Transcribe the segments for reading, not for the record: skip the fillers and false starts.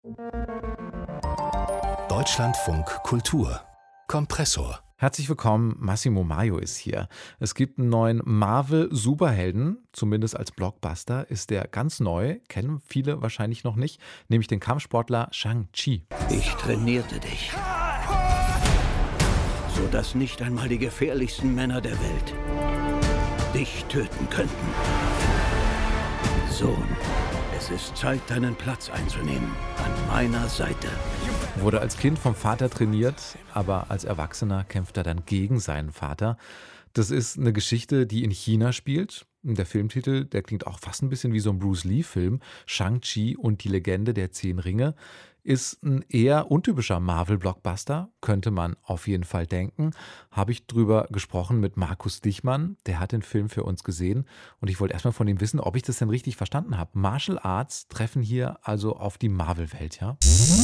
Deutschlandfunk Kultur Kompressor. Herzlich willkommen, Massimo Maio ist hier. Es gibt einen neuen Marvel-Superhelden, zumindest als Blockbuster ist der ganz neu, kennen viele wahrscheinlich noch nicht, nämlich den Kampfsportler Shang-Chi. Ich trainierte dich, sodass nicht einmal die gefährlichsten Männer der Welt dich töten könnten. Sohn, es ist Zeit, deinen Platz einzunehmen, an meiner Seite. Wurde als Kind vom Vater trainiert, aber als Erwachsener kämpft er dann gegen seinen Vater. Das ist eine Geschichte, die in China spielt. Der Filmtitel, der klingt auch fast ein bisschen wie so ein Bruce Lee-Film. Shang-Chi und die Legende der 10 Ringe ist ein eher untypischer Marvel-Blockbuster, könnte man auf jeden Fall denken. Habe ich drüber gesprochen mit Markus Dichmann, der hat den Film für uns gesehen und ich wollte erstmal von ihm wissen, ob ich das denn richtig verstanden habe. Martial Arts treffen hier also auf die Marvel-Welt, ja?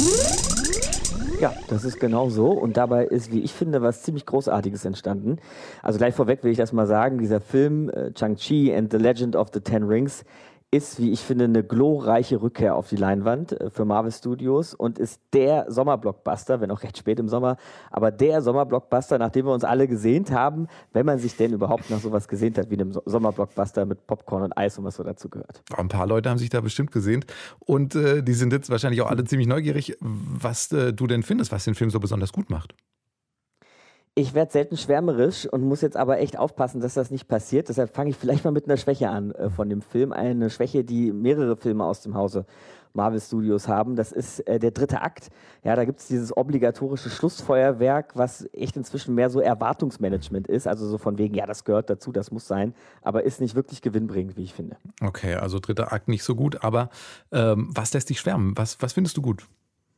Ja, das ist genau so und dabei ist, wie ich finde, was ziemlich Großartiges entstanden. Also gleich vorweg will ich das mal sagen, dieser Film Shang-Chi and the Legend of the Ten Rings ist, wie ich finde, eine glorreiche Rückkehr auf die Leinwand für Marvel Studios und ist der Sommerblockbuster, wenn auch recht spät im Sommer, aber der Sommerblockbuster, nachdem wir uns alle gesehnt haben, wenn man sich denn überhaupt nach sowas gesehnt hat, wie einem Sommerblockbuster mit Popcorn und Eis und was so dazu gehört. Ein paar Leute haben sich da bestimmt gesehnt und die sind jetzt wahrscheinlich auch alle ziemlich neugierig, was du denn findest, was den Film so besonders gut macht. Ich werde selten schwärmerisch und muss jetzt aber echt aufpassen, dass das nicht passiert. Deshalb fange ich vielleicht mal mit einer Schwäche an von dem Film. Eine Schwäche, die mehrere Filme aus dem Hause Marvel Studios haben. Das ist der dritte Akt. Ja, da gibt es dieses obligatorische Schlussfeuerwerk, was echt inzwischen mehr so Erwartungsmanagement ist. Also so von wegen, ja, das gehört dazu, das muss sein. Aber ist nicht wirklich gewinnbringend, wie ich finde. Okay, also dritter Akt nicht so gut. Aber was lässt dich schwärmen? Was findest du gut?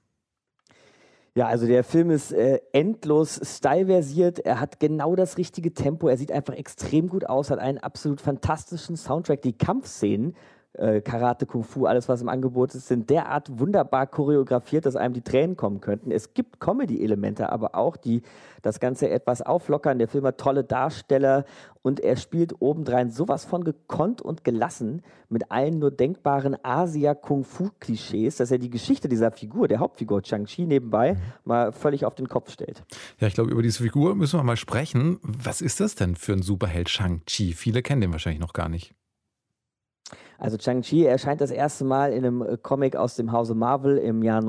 Ja, also der Film ist endlos stylversiert, er hat genau das richtige Tempo, er sieht einfach extrem gut aus, hat einen absolut fantastischen Soundtrack, die Kampfszenen, Karate, Kung Fu, alles was im Angebot ist, sind derart wunderbar choreografiert, dass einem die Tränen kommen könnten. Es gibt Comedy-Elemente, aber auch, die das Ganze etwas auflockern. Der Film hat tolle Darsteller und er spielt obendrein sowas von gekonnt und gelassen mit allen nur denkbaren Asia-Kung-Fu-Klischees, dass er die Geschichte dieser Figur, der Hauptfigur Shang-Chi nebenbei, mal völlig auf den Kopf stellt. Ja, ich glaube, über diese Figur müssen wir mal sprechen. Was ist das denn für ein Superheld Shang-Chi? Viele kennen den wahrscheinlich noch gar nicht. Also Shang-Chi erscheint das erste Mal in einem Comic aus dem Hause Marvel im Jahr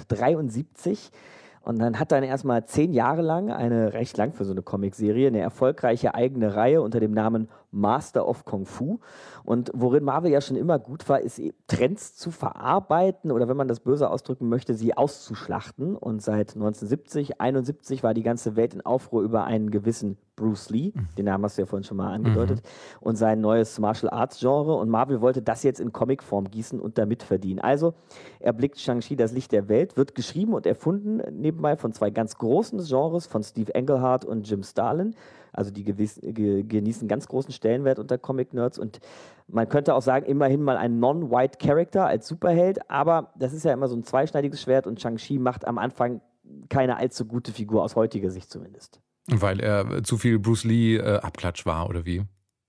1973. Und dann hat dann erstmal 10 Jahre lang, recht lang für so eine Comicserie, eine erfolgreiche eigene Reihe unter dem Namen Master of Kung Fu. Und worin Marvel ja schon immer gut war, ist Trends zu verarbeiten oder wenn man das böse ausdrücken möchte, sie auszuschlachten. Und seit 1970, 71 war die ganze Welt in Aufruhr über einen gewissen Bruce Lee, den Namen hast du ja vorhin schon mal angedeutet, und sein neues Martial Arts Genre. Und Marvel wollte das jetzt in Comicform gießen und damit verdienen. Also erblickt Shang-Chi das Licht der Welt, wird geschrieben und erfunden nebenbei von 2 ganz großen Genres, von Steve Englehart und Jim Starlin. Also die genießen ganz großen Stellenwert unter Comic-Nerds und man könnte auch sagen, immerhin mal ein Non-White Character als Superheld, aber das ist ja immer so ein zweischneidiges Schwert und Shang-Chi macht am Anfang keine allzu gute Figur, aus heutiger Sicht zumindest. Weil er zu viel Bruce Lee Abklatsch war, oder wie?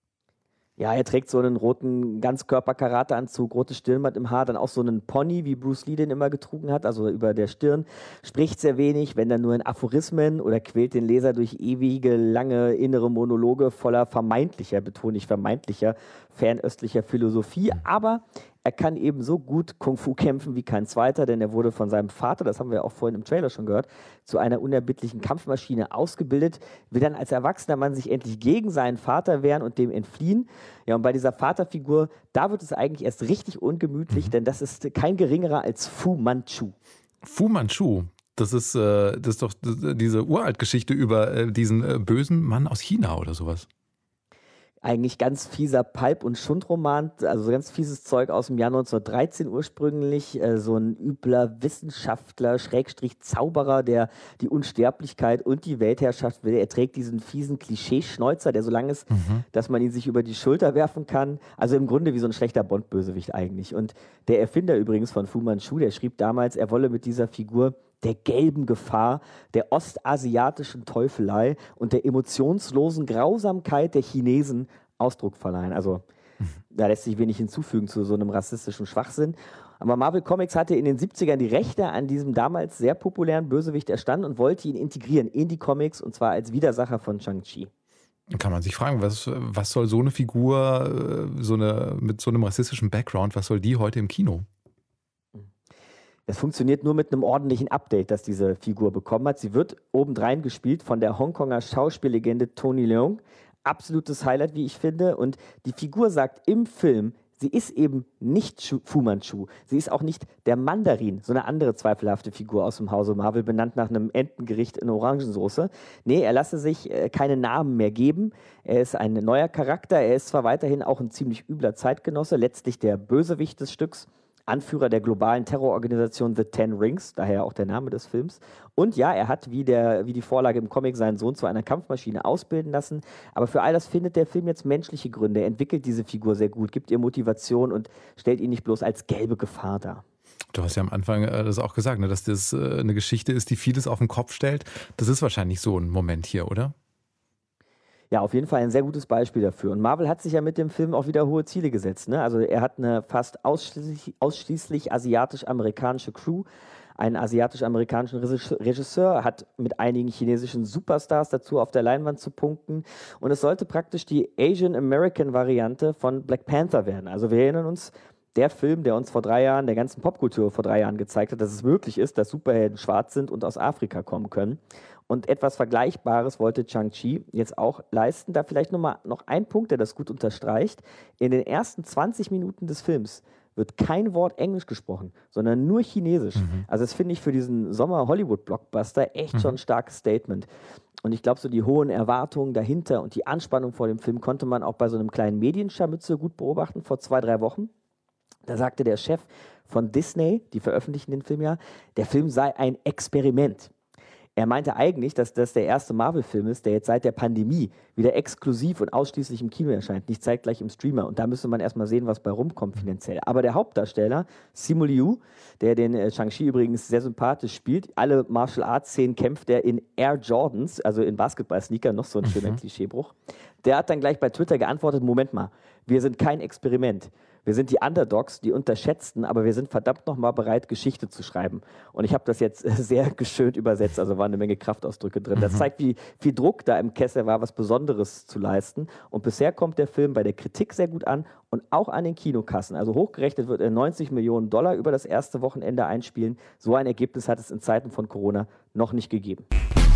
Ja, er trägt so einen roten Ganzkörper-Karateanzug, rotes Stirnband im Haar, dann auch so einen Pony, wie Bruce Lee den immer getragen hat, also über der Stirn. Spricht sehr wenig, wenn dann nur in Aphorismen oder quält den Leser durch ewige, lange innere Monologe voller vermeintlicher, betone ich vermeintlicher, fernöstlicher Philosophie. Aber er kann eben so gut Kung-Fu kämpfen wie kein zweiter, denn er wurde von seinem Vater, das haben wir auch vorhin im Trailer schon gehört, zu einer unerbittlichen Kampfmaschine ausgebildet, will dann als erwachsener Mann sich endlich gegen seinen Vater wehren und dem entfliehen. Ja, und bei dieser Vaterfigur, da wird es eigentlich erst richtig ungemütlich, denn das ist kein geringerer als Fu Manchu. Fu Manchu, das ist doch diese Uraltgeschichte über diesen bösen Mann aus China oder sowas. Eigentlich ganz fieser Pulp- und Schundroman, also ganz fieses Zeug aus dem Jahr 1913 ursprünglich. So ein übler Wissenschaftler, Schrägstrich Zauberer, der die Unsterblichkeit und die Weltherrschaft will. Er trägt diesen fiesen Klischeeschnäuzer, der so lang ist, dass man ihn sich über die Schulter werfen kann. Also im Grunde wie so ein schlechter Bond-Bösewicht eigentlich. Und der Erfinder übrigens von Fu Manchu, der schrieb damals, er wolle mit dieser Figur der gelben Gefahr, der ostasiatischen Teufelei und der emotionslosen Grausamkeit der Chinesen Ausdruck verleihen. Also da lässt sich wenig hinzufügen zu so einem rassistischen Schwachsinn. Aber Marvel Comics hatte in den 70ern die Rechte an diesem damals sehr populären Bösewicht erstanden und wollte ihn integrieren in die Comics, und zwar als Widersacher von Shang-Chi. Kann man sich fragen, was soll so eine Figur mit so einem rassistischen Background, was soll die heute im Kino? Das funktioniert nur mit einem ordentlichen Update, das diese Figur bekommen hat. Sie wird obendrein gespielt von der Hongkonger Schauspiellegende Tony Leung. Absolutes Highlight, wie ich finde. Und die Figur sagt im Film, sie ist eben nicht Fu Manchu. Sie ist auch nicht der Mandarin, so eine andere zweifelhafte Figur aus dem Hause Marvel, benannt nach einem Entengericht in Orangensauce. Nee, er lasse sich keine Namen mehr geben. Er ist ein neuer Charakter. Er ist zwar weiterhin auch ein ziemlich übler Zeitgenosse, letztlich der Bösewicht des Stücks, Anführer der globalen Terrororganisation The Ten Rings, daher auch der Name des Films. Und ja, er hat wie die Vorlage im Comic seinen Sohn zu einer Kampfmaschine ausbilden lassen. Aber für all das findet der Film jetzt menschliche Gründe. Er entwickelt diese Figur sehr gut, gibt ihr Motivation und stellt ihn nicht bloß als gelbe Gefahr dar. Du hast ja am Anfang das auch gesagt, ne, dass das eine Geschichte ist, die vieles auf den Kopf stellt. Das ist wahrscheinlich so ein Moment hier, oder? Ja, auf jeden Fall ein sehr gutes Beispiel dafür. Und Marvel hat sich ja mit dem Film auch wieder hohe Ziele gesetzt. Ne? Also er hat eine fast ausschließlich asiatisch-amerikanische Crew, einen asiatisch-amerikanischen Regisseur, hat mit einigen chinesischen Superstars dazu auf der Leinwand zu punkten. Und es sollte praktisch die Asian-American-Variante von Black Panther werden. Also wir erinnern uns, der Film, der uns vor 3 Jahren, der ganzen Popkultur vor 3 Jahren gezeigt hat, dass es möglich ist, dass Superhelden schwarz sind und aus Afrika kommen können. Und etwas Vergleichbares wollte Shang-Chi jetzt auch leisten. Da vielleicht noch ein Punkt, der das gut unterstreicht. In den ersten 20 Minuten des Films wird kein Wort Englisch gesprochen, sondern nur Chinesisch. Also das finde ich für diesen Sommer-Hollywood-Blockbuster echt schon ein starkes Statement. Und ich glaube, so die hohen Erwartungen dahinter und die Anspannung vor dem Film konnte man auch bei so einem kleinen Medienscharmützel gut beobachten vor 2-3 Wochen. Da sagte der Chef von Disney, die veröffentlichen den Film ja, der Film sei ein Experiment. Er meinte eigentlich, dass das der erste Marvel-Film ist, der jetzt seit der Pandemie wieder exklusiv und ausschließlich im Kino erscheint, nicht zeitgleich im Streamer. Und da müsste man erstmal sehen, was bei rumkommt finanziell. Aber der Hauptdarsteller, Simu Liu, der den Shang-Chi übrigens sehr sympathisch spielt, alle Martial-Arts-Szenen kämpft er in Air Jordans, also in Basketball-Sneaker, noch so ein schöner Klischeebruch. Der hat dann gleich bei Twitter geantwortet, Moment mal, wir sind kein Experiment. Wir sind die Underdogs, die Unterschätzten, aber wir sind verdammt nochmal bereit, Geschichte zu schreiben. Und ich habe das jetzt sehr geschönt übersetzt, also waren eine Menge Kraftausdrücke drin. Das zeigt, wie viel Druck da im Kessel war, was Besonderes zu leisten. Und bisher kommt der Film bei der Kritik sehr gut an und auch an den Kinokassen. Also hochgerechnet wird er $90 Millionen über das erste Wochenende einspielen. So ein Ergebnis hat es in Zeiten von Corona noch nicht gegeben.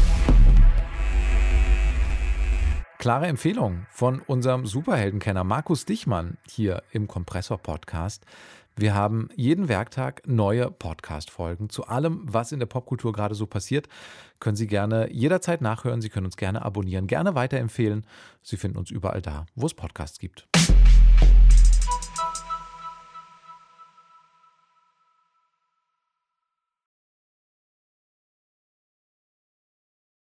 Klare Empfehlung von unserem Superheldenkenner Markus Dichmann hier im Kompressor-Podcast. Wir haben jeden Werktag neue Podcast-Folgen zu allem, was in der Popkultur gerade so passiert. Können Sie gerne jederzeit nachhören. Sie können uns gerne abonnieren, gerne weiterempfehlen. Sie finden uns überall da, wo es Podcasts gibt.